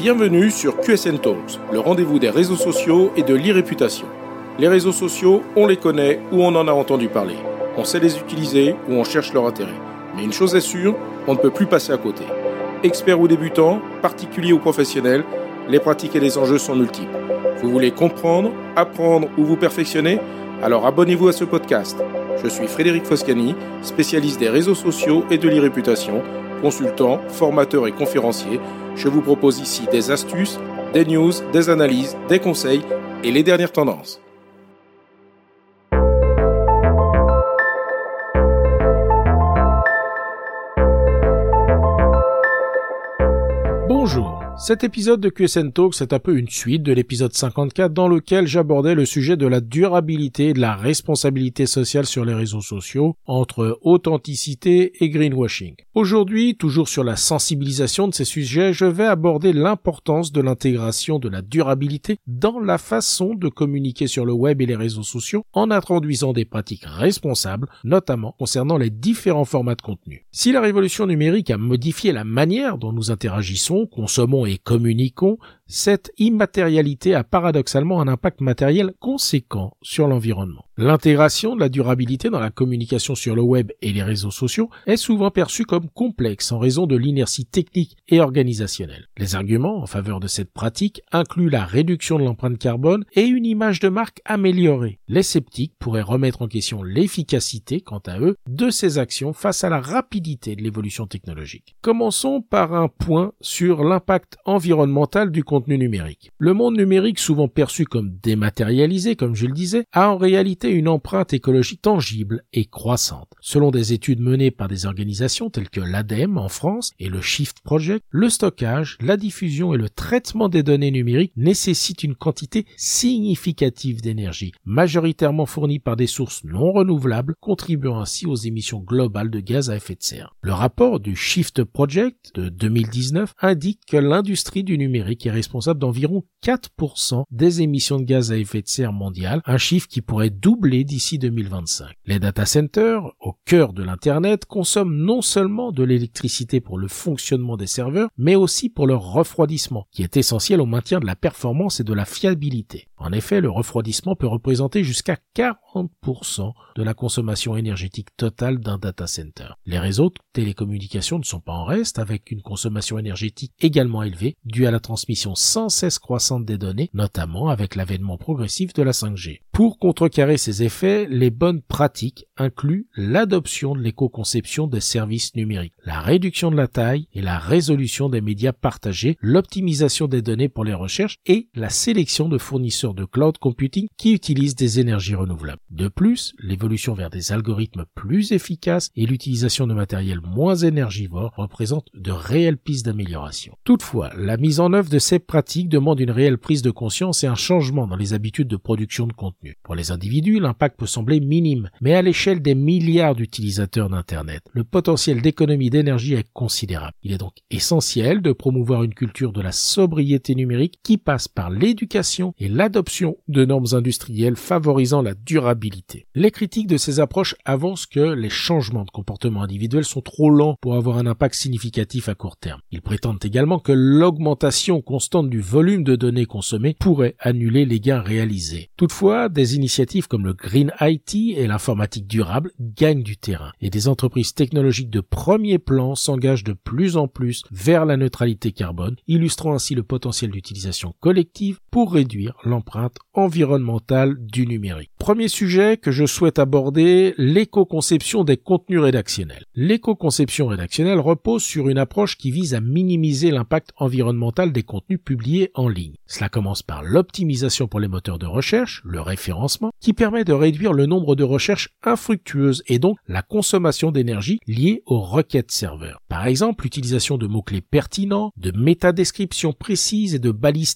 Bienvenue sur QSN Talks, le rendez-vous des réseaux sociaux et de l'e-réputation. Les réseaux sociaux, on les connaît ou on en a entendu parler. On sait les utiliser ou on cherche leur intérêt. Mais une chose est sûre, on ne peut plus passer à côté. Experts ou débutants, particuliers ou professionnels, les pratiques et les enjeux sont multiples. Vous voulez comprendre, apprendre ou vous perfectionner ? Alors abonnez-vous à ce podcast. Je suis Frédéric Foscani, spécialiste des réseaux sociaux et de l'e-réputation, consultant, formateur et conférencier. Je vous propose ici des astuces, des news, des analyses, des conseils et les dernières tendances. Bonjour, cet épisode de QSN Talks est un peu une suite de l'épisode 54 dans lequel j'abordais le sujet de la durabilité et de la responsabilité sociale sur les réseaux sociaux entre authenticité et greenwashing. Aujourd'hui, toujours sur la sensibilisation de ces sujets, je vais aborder l'importance de l'intégration de la durabilité dans la façon de communiquer sur le web et les réseaux sociaux en introduisant des pratiques responsables, notamment concernant les différents formats de contenu. Si la révolution numérique a modifié la manière dont nous interagissons, consommons et communiquons, cette immatérialité a paradoxalement un impact matériel conséquent sur l'environnement. L'intégration de la durabilité dans la communication sur le web et les réseaux sociaux est souvent perçue comme complexe en raison de l'inertie technique et organisationnelle. Les arguments en faveur de cette pratique incluent la réduction de l'empreinte carbone et une image de marque améliorée. Les sceptiques pourraient remettre en question l'efficacité, quant à eux, de ces actions face à la rapidité de l'évolution technologique. Commençons par un point sur l'impact environnemental du contenu numérique. Le monde numérique, souvent perçu comme dématérialisé, comme je le disais, a en réalité une empreinte écologique tangible et croissante. Selon des études menées par des organisations telles que l'ADEME en France et le Shift Project, le stockage, la diffusion et le traitement des données numériques nécessitent une quantité significative d'énergie, majoritairement fournie par des sources non renouvelables, contribuant ainsi aux émissions globales de gaz à effet de serre. Le rapport du Shift Project de 2019 indique que l'industrie du numérique est responsable d'environ 4% des émissions de gaz à effet de serre mondiales, un chiffre qui pourrait doubler d'ici 2025. Les data centers, au cœur de l'Internet, consomment non seulement de l'électricité pour le fonctionnement des serveurs, mais aussi pour leur refroidissement, qui est essentiel au maintien de la performance et de la fiabilité. En effet, le refroidissement peut représenter jusqu'à 40% de la consommation énergétique totale d'un data center. Les réseaux de télécommunications ne sont pas en reste, avec une consommation énergétique également élevée, due à la transmission sans cesse croissante des données, notamment avec l'avènement progressif de la 5G. Pour contrecarrer ces effets, les bonnes pratiques incluent l'adoption de l'éco-conception des services numériques, la réduction de la taille et la résolution des médias partagés, l'optimisation des données pour les recherches et la sélection de fournisseurs de cloud computing qui utilisent des énergies renouvelables. De plus, l'évolution vers des algorithmes plus efficaces et l'utilisation de matériel moins énergivore représentent de réelles pistes d'amélioration. Toutefois, la mise en œuvre de ces pratiques demande une réelle prise de conscience et un changement dans les habitudes de production de contenu. Pour les individus, l'impact peut sembler minime, mais à l'échelle des milliards d'utilisateurs d'Internet, le potentiel d'économie d'énergie est considérable. Il est donc essentiel de promouvoir une culture de la sobriété numérique qui passe par l'éducation et l'adoption de normes industrielles favorisant la durabilité. Les critiques de ces approches avancent que les changements de comportement individuel sont trop lents pour avoir un impact significatif à court terme. Ils prétendent également que l'augmentation constante du volume de données consommées pourrait annuler les gains réalisés. Toutefois, des initiatives comme le Green IT et l'informatique durable gagnent du terrain et des entreprises technologiques de premier plan s'engagent de plus en plus vers la neutralité carbone, illustrant ainsi le potentiel d'utilisation collective pour réduire l'empreinte environnementale du numérique. Premier sujet que je souhaite aborder, l'éco-conception des contenus rédactionnels. L'éco-conception rédactionnelle repose sur une approche qui vise à minimiser l'impact environnemental des contenus publiés en ligne. Cela commence par l'optimisation pour les moteurs de recherche, le référencement, qui permet de réduire le nombre de recherches infructueuses et donc la consommation d'énergie liée aux requêtes serveurs. Par exemple, l'utilisation de mots-clés pertinents, de métadescriptions précises et de balises titres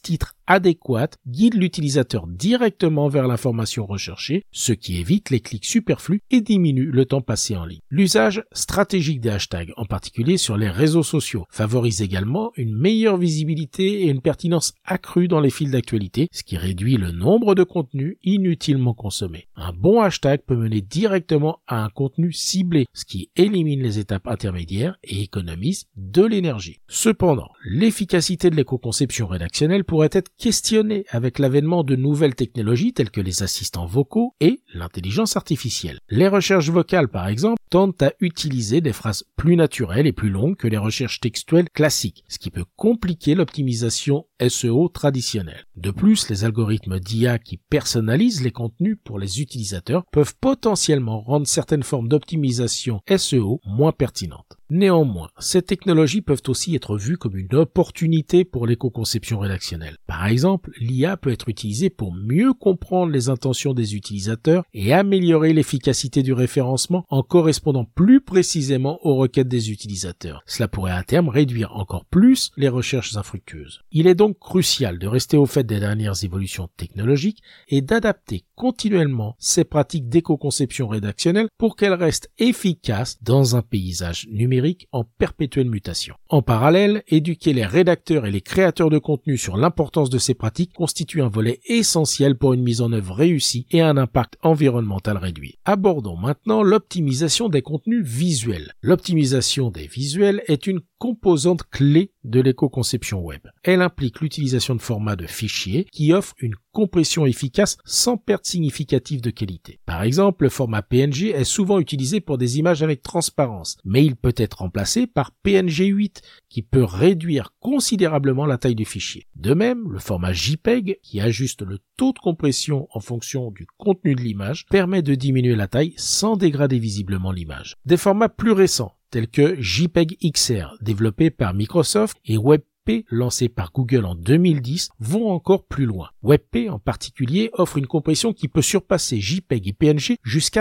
adéquate guide l'utilisateur directement vers l'information recherchée, ce qui évite les clics superflus et diminue le temps passé en ligne. L'usage stratégique des hashtags, en particulier sur les réseaux sociaux, favorise également une meilleure visibilité et une pertinence accrue dans les fils d'actualité, ce qui réduit le nombre de contenus inutilement consommés. Un bon hashtag peut mener directement à un contenu ciblé, ce qui élimine les étapes intermédiaires et économise de l'énergie. Cependant, l'efficacité de l'éco-conception rédactionnelle pourrait être questionnée avec l'avènement de nouvelles technologies telles que les assistants vocaux et l'intelligence artificielle. Les recherches vocales, par exemple, tendent à utiliser des phrases plus naturelles et plus longues que les recherches textuelles classiques, ce qui peut compliquer l'optimisation SEO traditionnelle. De plus, les algorithmes d'IA qui personnalisent les contenus pour les utilisateurs peuvent potentiellement rendre certaines formes d'optimisation SEO moins pertinentes. Néanmoins, ces technologies peuvent aussi être vues comme une opportunité pour l'éco-conception rédactionnelle. Par exemple, l'IA peut être utilisée pour mieux comprendre les intentions des utilisateurs et améliorer l'efficacité du référencement en correspondant plus précisément aux requêtes des utilisateurs. Cela pourrait à terme réduire encore plus les recherches infructueuses. Il est donc crucial de rester au fait des dernières évolutions technologiques et d'adapter continuellement ces pratiques d'éco-conception rédactionnelle pour qu'elles restent efficaces dans un paysage numérique en perpétuelle mutation. En parallèle, éduquer les rédacteurs et les créateurs de contenu sur l'importance de ces pratiques constitue un volet essentiel pour une mise en œuvre réussie et un impact environnemental réduit. Abordons maintenant l'optimisation des contenus visuels. L'optimisation des visuels est une composante clé de l'éco-conception web. Elle implique l'utilisation de formats de fichiers qui offrent une compression efficace sans perte significative de qualité. Par exemple, le format PNG est souvent utilisé pour des images avec transparence, mais il peut être remplacé par PNG 8 qui peut réduire considérablement la taille du fichier. De même, le format JPEG qui ajuste le taux de compression en fonction du contenu de l'image permet de diminuer la taille sans dégrader visiblement l'image. Des formats plus récents tels que JPEG XR développé par Microsoft et WebP lancé par Google en 2010 vont encore plus loin. WebP en particulier offre une compression qui peut surpasser JPEG et PNG jusqu'à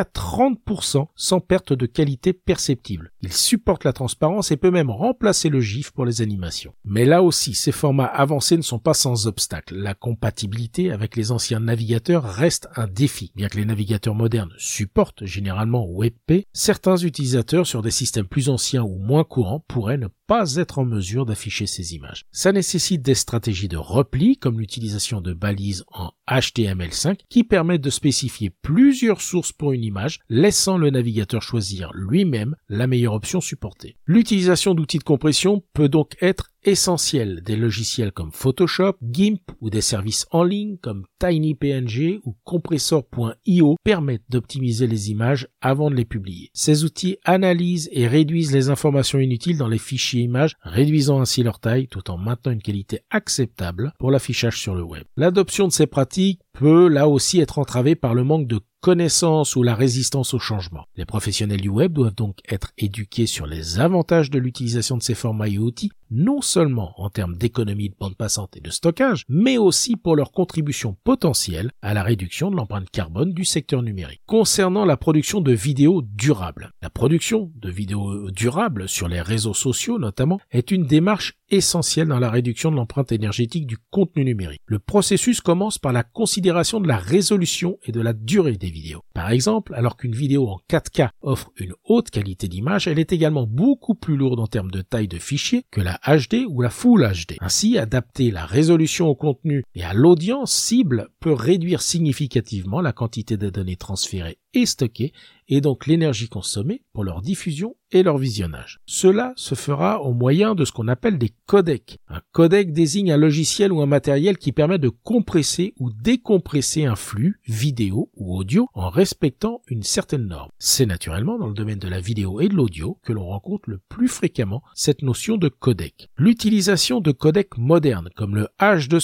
30% sans perte de qualité perceptible. Il supporte la transparence et peut même remplacer le GIF pour les animations. Mais là aussi, ces formats avancés ne sont pas sans obstacle. La compatibilité avec les anciens navigateurs reste un défi. Bien que les navigateurs modernes supportent généralement WebP, certains utilisateurs sur des systèmes plus anciens ou moins courants pourraient ne pas être en mesure d'afficher ces images. Ça nécessite des stratégies de repli comme l'utilisation de balises en HTML5 qui permettent de spécifier plusieurs sources pour une image, laissant le navigateur choisir lui-même la meilleure option supportée. L'utilisation d'outils de compression peut donc être essentielle. Des logiciels comme Photoshop, GIMP ou des services en ligne comme TinyPNG ou Compressor.io permettent d'optimiser les images avant de les publier. Ces outils analysent et réduisent les informations inutiles dans les fichiers images, réduisant ainsi leur taille tout en maintenant une qualité acceptable pour l'affichage sur le web. L'adoption de ces pratiques peut là aussi être entravée par le manque de connaissance ou la résistance au changement. Les professionnels du web doivent donc être éduqués sur les avantages de l'utilisation de ces formats et outils, non seulement en termes d'économie de bande passante et de stockage, mais aussi pour leur contribution potentielle à la réduction de l'empreinte carbone du secteur numérique. Concernant la production de vidéos durables, la production de vidéos durables sur les réseaux sociaux notamment est une démarche essentielle dans la réduction de l'empreinte énergétique du contenu numérique. Le processus commence par la considération de la résolution et de la durée des vidéos. Par exemple, alors qu'une vidéo en 4K offre une haute qualité d'image, elle est également beaucoup plus lourde en termes de taille de fichier que la HD ou la Full HD. Ainsi, adapter la résolution au contenu et à l'audience cible peut réduire significativement la quantité de données transférées et stockées et donc l'énergie consommée pour leur diffusion et leur visionnage. Cela se fera au moyen de ce qu'on appelle des codecs. Un codec désigne un logiciel ou un matériel qui permet de compresser ou décompresser un flux vidéo ou audio en respectant une certaine norme. C'est naturellement dans le domaine de la vidéo et de l'audio que l'on rencontre le plus fréquemment cette notion de codec. L'utilisation de codecs modernes comme le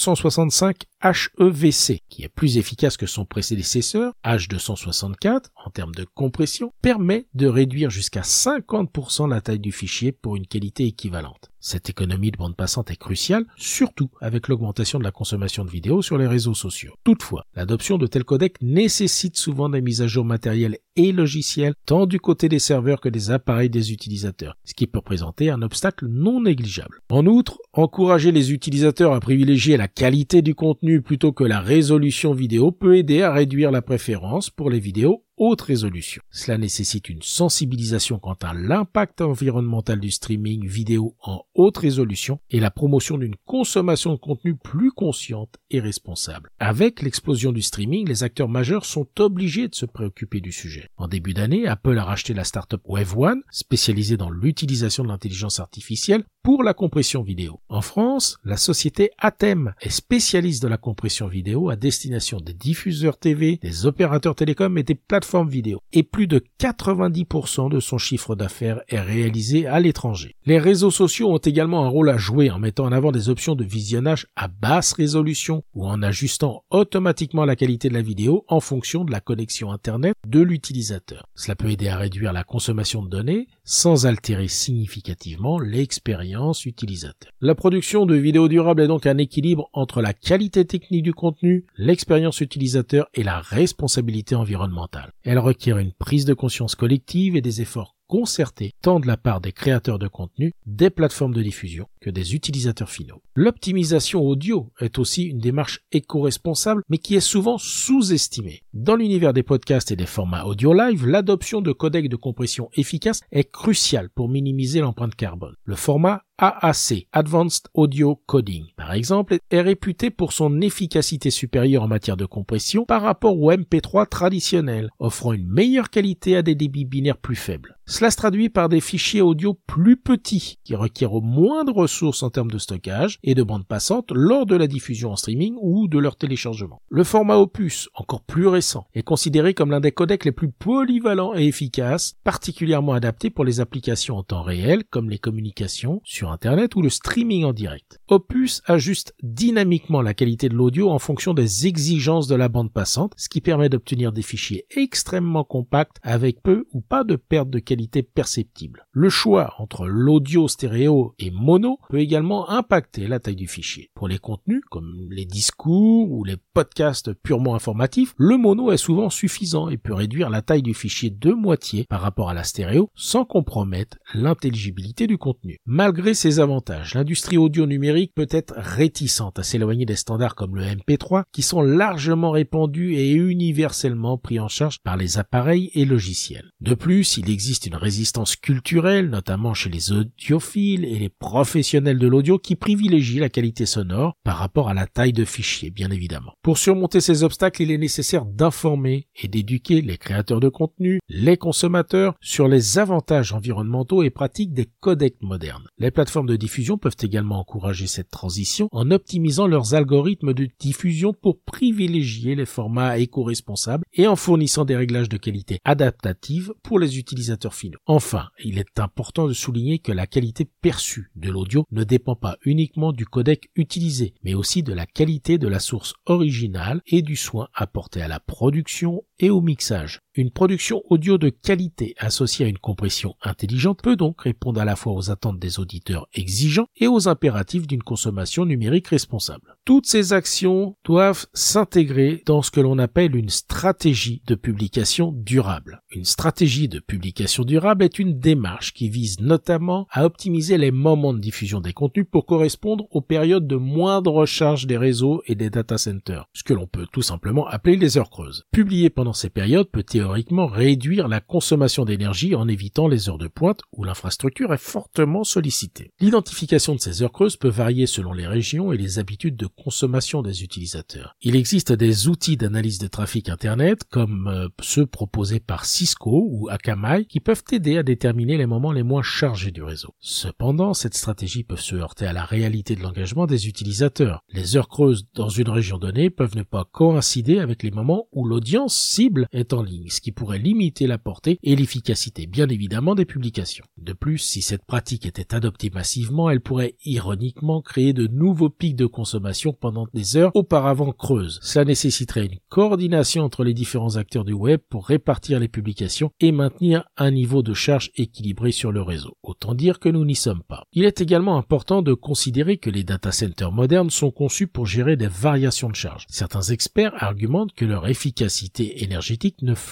H265 HEVC, qui est plus efficace que son prédécesseur, H264, en termes de compression, permet de réduire jusqu'à 50% la taille du fichier pour une qualité équivalente. Cette économie de bande passante est cruciale, surtout avec l'augmentation de la consommation de vidéos sur les réseaux sociaux. Toutefois, l'adoption de tels codecs nécessite souvent des mises à jour matérielles et logiciels, tant du côté des serveurs que des appareils des utilisateurs, ce qui peut représenter un obstacle non négligeable. En outre, encourager les utilisateurs à privilégier la qualité du contenu plutôt que la résolution vidéo peut aider à réduire la préférence pour les vidéos haute résolution. Cela nécessite une sensibilisation quant à l'impact environnemental du streaming vidéo en haute résolution et la promotion d'une consommation de contenu plus consciente et responsable. Avec l'explosion du streaming, les acteurs majeurs sont obligés de se préoccuper du sujet. En début d'année, Apple a racheté la start-up Wave1, spécialisée dans l'utilisation de l'intelligence artificielle pour la compression vidéo. En France, la société Atem est spécialiste de la compression vidéo à destination des diffuseurs TV, des opérateurs télécoms et des plateformes vidéo. Et plus de 90% de son chiffre d'affaires est réalisé à l'étranger. Les réseaux sociaux ont également un rôle à jouer en mettant en avant des options de visionnage à basse résolution ou en ajustant automatiquement la qualité de la vidéo en fonction de la connexion Internet de l'utilisateur. Cela peut aider à réduire la consommation de données sans altérer significativement l'expérience utilisateur. La production de vidéos durables est donc un équilibre entre la qualité technique du contenu, l'expérience utilisateur et la responsabilité environnementale. Elle requiert une prise de conscience collective et des efforts concertés tant de la part des créateurs de contenu, des plateformes de diffusion que des utilisateurs finaux. L'optimisation audio est aussi une démarche éco-responsable mais qui est souvent sous-estimée. Dans l'univers des podcasts et des formats audio live, l'adoption de codecs de compression efficaces est cruciale pour minimiser l'empreinte carbone. Le format AAC, Advanced Audio Coding, par exemple, est réputé pour son efficacité supérieure en matière de compression par rapport au MP3 traditionnel, offrant une meilleure qualité à des débits binaires plus faibles. Cela se traduit par des fichiers audio plus petits, qui requièrent moins de ressources en termes de stockage et de bande passante lors de la diffusion en streaming ou de leur téléchargement. Le format Opus, encore plus récent, est considéré comme l'un des codecs les plus polyvalents et efficaces, particulièrement adapté pour les applications en temps réel, comme les communications sur Internet ou le streaming en direct. Opus ajuste dynamiquement la qualité de l'audio en fonction des exigences de la bande passante, ce qui permet d'obtenir des fichiers extrêmement compacts avec peu ou pas de perte de qualité perceptible. Le choix entre l'audio stéréo et mono peut également impacter la taille du fichier. Pour les contenus, comme les discours ou les podcasts purement informatifs, le mono est souvent suffisant et peut réduire la taille du fichier de moitié par rapport à la stéréo sans compromettre l'intelligibilité du contenu. Malgré ces avantages, l'industrie audio numérique peut être réticente à s'éloigner des standards comme le MP3 qui sont largement répandus et universellement pris en charge par les appareils et logiciels. De plus, il existe une résistance culturelle, notamment chez les audiophiles et les professionnels de l'audio qui privilégient la qualité sonore par rapport à la taille de fichier, bien évidemment. Pour surmonter ces obstacles, il est nécessaire d'informer et d'éduquer les créateurs de contenu, les consommateurs, sur les avantages environnementaux et pratiques des codecs modernes. Les plateformes de diffusion peuvent également encourager cette transition en optimisant leurs algorithmes de diffusion pour privilégier les formats éco-responsables et en fournissant des réglages de qualité adaptative pour les utilisateurs finaux. Enfin, il est important de souligner que la qualité perçue de l'audio ne dépend pas uniquement du codec utilisé, mais aussi de la qualité de la source originale et du soin apporté à la production et au mixage. Une production audio de qualité associée à une compression intelligente peut donc répondre à la fois aux attentes des auditeurs exigeants et aux impératifs d'une consommation numérique responsable. Toutes ces actions doivent s'intégrer dans ce que l'on appelle une stratégie de publication durable. Une stratégie de publication durable est une démarche qui vise notamment à optimiser les moments de diffusion des contenus pour correspondre aux périodes de moindre recharge des réseaux et des data centers, ce que l'on peut tout simplement appeler les heures creuses. Publier pendant ces périodes peut théoriquement réduire la consommation d'énergie en évitant les heures de pointe où l'infrastructure est fortement sollicitée. L'identification de ces heures creuses peut varier selon les régions et les habitudes de consommation des utilisateurs. Il existe des outils d'analyse de trafic Internet comme ceux proposés par Cisco ou Akamai qui peuvent aider à déterminer les moments les moins chargés du réseau. Cependant, cette stratégie peut se heurter à la réalité de l'engagement des utilisateurs. Les heures creuses dans une région donnée peuvent ne pas coïncider avec les moments où l'audience cible est en ligne, ce qui pourrait limiter la portée et l'efficacité, bien évidemment, des publications. De plus, si cette pratique était adoptée massivement, elle pourrait ironiquement créer de nouveaux pics de consommation pendant des heures auparavant creuses. Cela nécessiterait une coordination entre les différents acteurs du web pour répartir les publications et maintenir un niveau de charge équilibré sur le réseau. Autant dire que nous n'y sommes pas. Il est également important de considérer que les data centers modernes sont conçus pour gérer des variations de charge. Certains experts argumentent que leur efficacité énergétique ne fluctue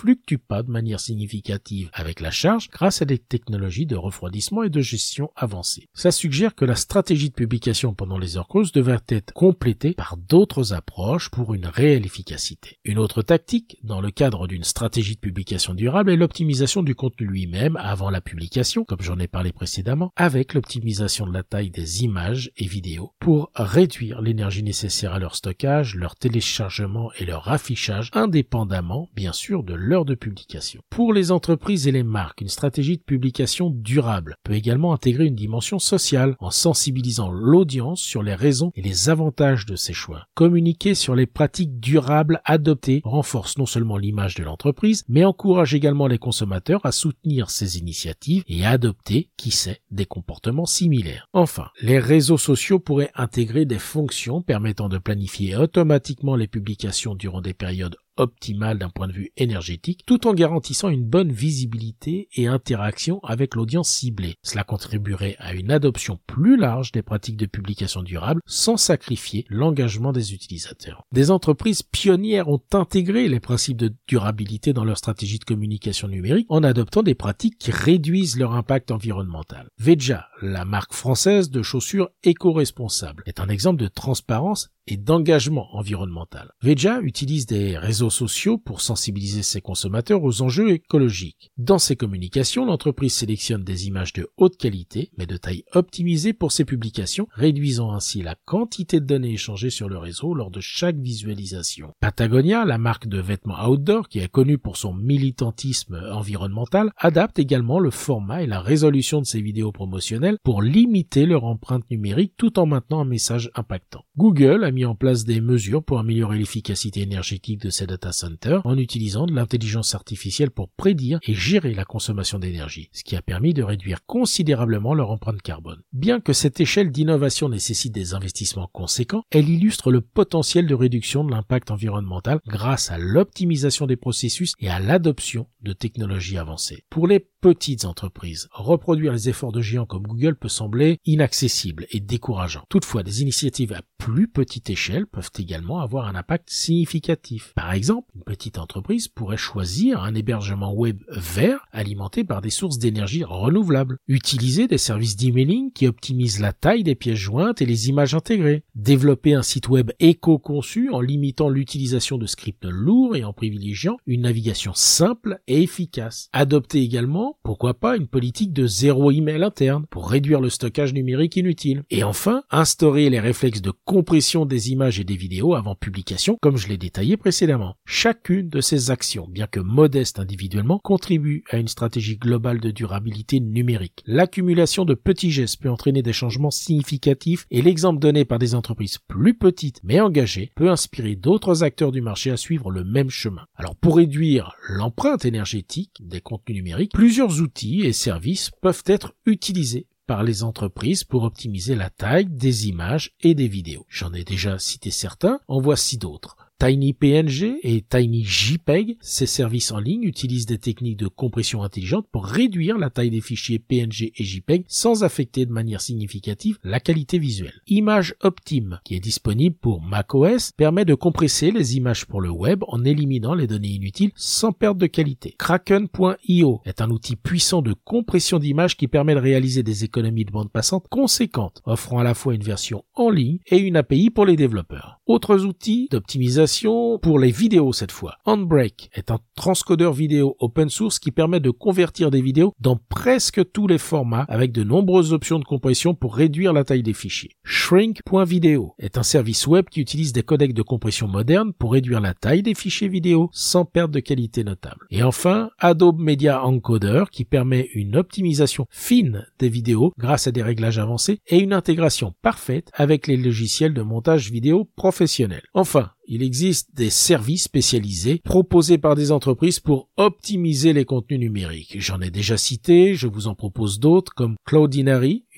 fluctue pas de manière significative avec la charge grâce à des technologies de refroidissement et de gestion avancées. Ça suggère que la stratégie de publication pendant les heures creuses devrait être complétée par d'autres approches pour une réelle efficacité. Une autre tactique, dans le cadre d'une stratégie de publication durable, est l'optimisation du contenu lui-même avant la publication, comme j'en ai parlé précédemment, avec l'optimisation de la taille des images et vidéos pour réduire l'énergie nécessaire à leur stockage, leur téléchargement et leur affichage, indépendamment, bien sûr, de l'heure de publication. Pour les entreprises et les marques, une stratégie de publication durable peut également intégrer une dimension sociale en sensibilisant l'audience sur les raisons et les avantages de ces choix. Communiquer sur les pratiques durables adoptées renforce non seulement l'image de l'entreprise, mais encourage également les consommateurs à soutenir ces initiatives et à adopter, qui sait, des comportements similaires. Enfin, les réseaux sociaux pourraient intégrer des fonctions permettant de planifier automatiquement les publications durant des périodes optimale d'un point de vue énergétique, tout en garantissant une bonne visibilité et interaction avec l'audience ciblée. Cela contribuerait à une adoption plus large des pratiques de publication durable sans sacrifier l'engagement des utilisateurs. Des entreprises pionnières ont intégré les principes de durabilité dans leur stratégie de communication numérique en adoptant des pratiques qui réduisent leur impact environnemental. Veja, la marque française de chaussures éco-responsables, est un exemple de transparence et d'engagement environnemental. Veja utilise des réseaux sociaux pour sensibiliser ses consommateurs aux enjeux écologiques. Dans ses communications, l'entreprise sélectionne des images de haute qualité, mais de taille optimisée pour ses publications, réduisant ainsi la quantité de données échangées sur le réseau lors de chaque visualisation. Patagonia, la marque de vêtements outdoor, qui est connue pour son militantisme environnemental, adapte également le format et la résolution de ses vidéos promotionnelles pour limiter leur empreinte numérique tout en maintenant un message impactant. Google a mis en place des mesures pour améliorer l'efficacité énergétique de ses data centers en utilisant de l'intelligence artificielle pour prédire et gérer la consommation d'énergie, ce qui a permis de réduire considérablement leur empreinte carbone. Bien que cette échelle d'innovation nécessite des investissements conséquents, elle illustre le potentiel de réduction de l'impact environnemental grâce à l'optimisation des processus et à l'adoption de technologies avancées. Pour les petites entreprises, reproduire les efforts de géants comme Google peut sembler inaccessible et décourageant. Toutefois, des initiatives à plus petite échelle peuvent également avoir un impact significatif. Par exemple, une petite entreprise pourrait choisir un hébergement web vert alimenté par des sources d'énergie renouvelables, utiliser des services d'emailing qui optimisent la taille des pièces jointes et les images intégrées, développer un site web éco-conçu en limitant l'utilisation de scripts lourds et en privilégiant une navigation simple et efficace, adopter également, pourquoi pas, une politique de zéro email interne pour réduire le stockage numérique inutile, et enfin, instaurer les réflexes de compression des images et des vidéos avant publication, comme je l'ai détaillé précédemment. Chacune de ces actions, bien que modeste individuellement, contribue à une stratégie globale de durabilité numérique. L'accumulation de petits gestes peut entraîner des changements significatifs et l'exemple donné par des entreprises plus petites mais engagées peut inspirer d'autres acteurs du marché à suivre le même chemin. Alors pour réduire l'empreinte énergétique des contenus numériques, plusieurs outils et services peuvent être utilisés par les entreprises pour optimiser la taille des images et des vidéos. J'en ai déjà cité certains, en voici d'autres. TinyPNG et TinyJPEG, ces services en ligne utilisent des techniques de compression intelligente pour réduire la taille des fichiers PNG et JPEG sans affecter de manière significative la qualité visuelle. ImageOptime, qui est disponible pour macOS, permet de compresser les images pour le web en éliminant les données inutiles sans perte de qualité. Kraken.io est un outil puissant de compression d'images qui permet de réaliser des économies de bande passante conséquentes, offrant à la fois une version en ligne et une API pour les développeurs. Autres outils d'optimisation pour les vidéos cette fois. Handbrake est un transcodeur vidéo open source qui permet de convertir des vidéos dans presque tous les formats avec de nombreuses options de compression pour réduire la taille des fichiers. Shrink.video est un service web qui utilise des codecs de compression modernes pour réduire la taille des fichiers vidéo sans perte de qualité notable. Et enfin, Adobe Media Encoder qui permet une optimisation fine des vidéos grâce à des réglages avancés et une intégration parfaite avec les logiciels de montage vidéo professionnels. Enfin, il existe des services spécialisés proposés par des entreprises pour optimiser les contenus numériques. J'en ai déjà cité, je vous en propose d'autres comme Cloudinary,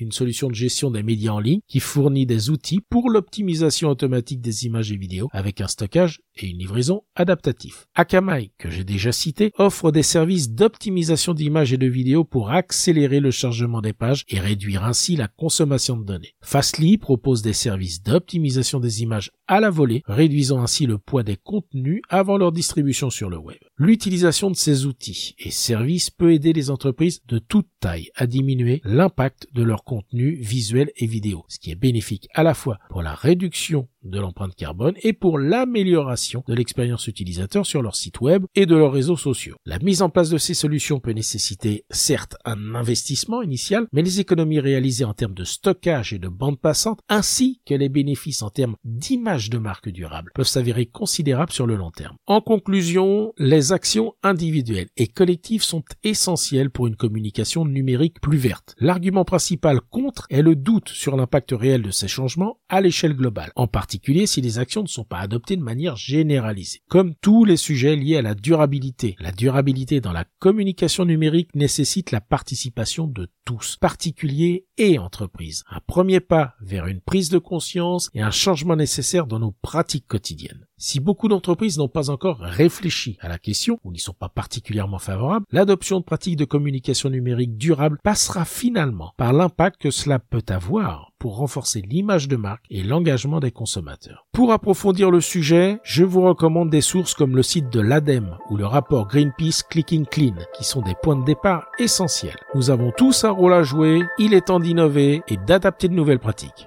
une solution de gestion des médias en ligne qui fournit des outils pour l'optimisation automatique des images et vidéos avec un stockage et une livraison adaptatifs. Akamai, que j'ai déjà cité, offre des services d'optimisation d'images et de vidéos pour accélérer le chargement des pages et réduire ainsi la consommation de données. Fastly propose des services d'optimisation des images à la volée, réduisant ainsi le poids des contenus avant leur distribution sur le web. L'utilisation de ces outils et services peut aider les entreprises de toute taille à diminuer l'impact de leurs contenus visuels et vidéo, ce qui est bénéfique à la fois pour la réduction de l'empreinte carbone et pour l'amélioration de l'expérience utilisateur sur leur site web et de leurs réseaux sociaux. La mise en place de ces solutions peut nécessiter certes un investissement initial, mais les économies réalisées en termes de stockage et de bande passante, ainsi que les bénéfices en termes d'image de marque durable, peuvent s'avérer considérables sur le long terme. En conclusion, les actions individuelles et collectives sont essentielles pour une communication numérique plus verte. L'argument principal contre est le doute sur l'impact réel de ces changements à l'échelle globale, en particulier si les actions ne sont pas adoptées de manière généralisée. Comme tous les sujets liés à la durabilité dans la communication numérique nécessite la participation de tous, particuliers et entreprises. Un premier pas vers une prise de conscience et un changement nécessaire dans nos pratiques quotidiennes. Si beaucoup d'entreprises n'ont pas encore réfléchi à la question ou n'y sont pas particulièrement favorables, l'adoption de pratiques de communication numérique durable passera finalement par l'impact que cela peut avoir pour renforcer l'image de marque et l'engagement des consommateurs. Pour approfondir le sujet, je vous recommande des sources comme le site de l'ADEME ou le rapport Greenpeace Clicking Clean, qui sont des points de départ essentiels. Nous avons tous un rôle à jouer, il est temps d'innover et d'adapter de nouvelles pratiques.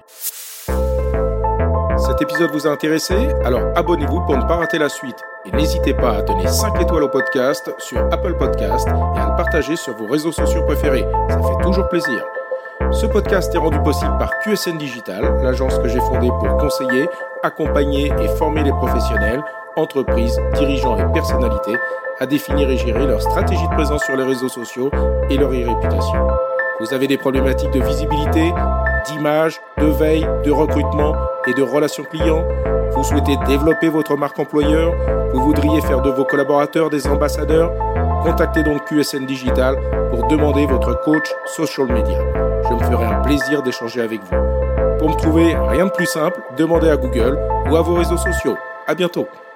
Cet épisode vous a intéressé? Alors abonnez-vous pour ne pas rater la suite. Et n'hésitez pas à donner 5 étoiles au podcast sur Apple Podcast et à le partager sur vos réseaux sociaux préférés. Ça fait toujours plaisir. Ce podcast est rendu possible par QSN Digital, l'agence que j'ai fondée pour conseiller, accompagner et former les professionnels, entreprises, dirigeants et personnalités à définir et gérer leur stratégie de présence sur les réseaux sociaux et leur e-réputation. Vous avez des problématiques de visibilité, d'image, de veille, de recrutement et de relations clients? Vous souhaitez développer votre marque employeur? Vous voudriez faire de vos collaborateurs des ambassadeurs? Contactez donc QSN Digital pour demander votre coach social media. Je me ferai un plaisir d'échanger avec vous. Pour me trouver, rien de plus simple, demandez à Google ou à vos réseaux sociaux. À bientôt.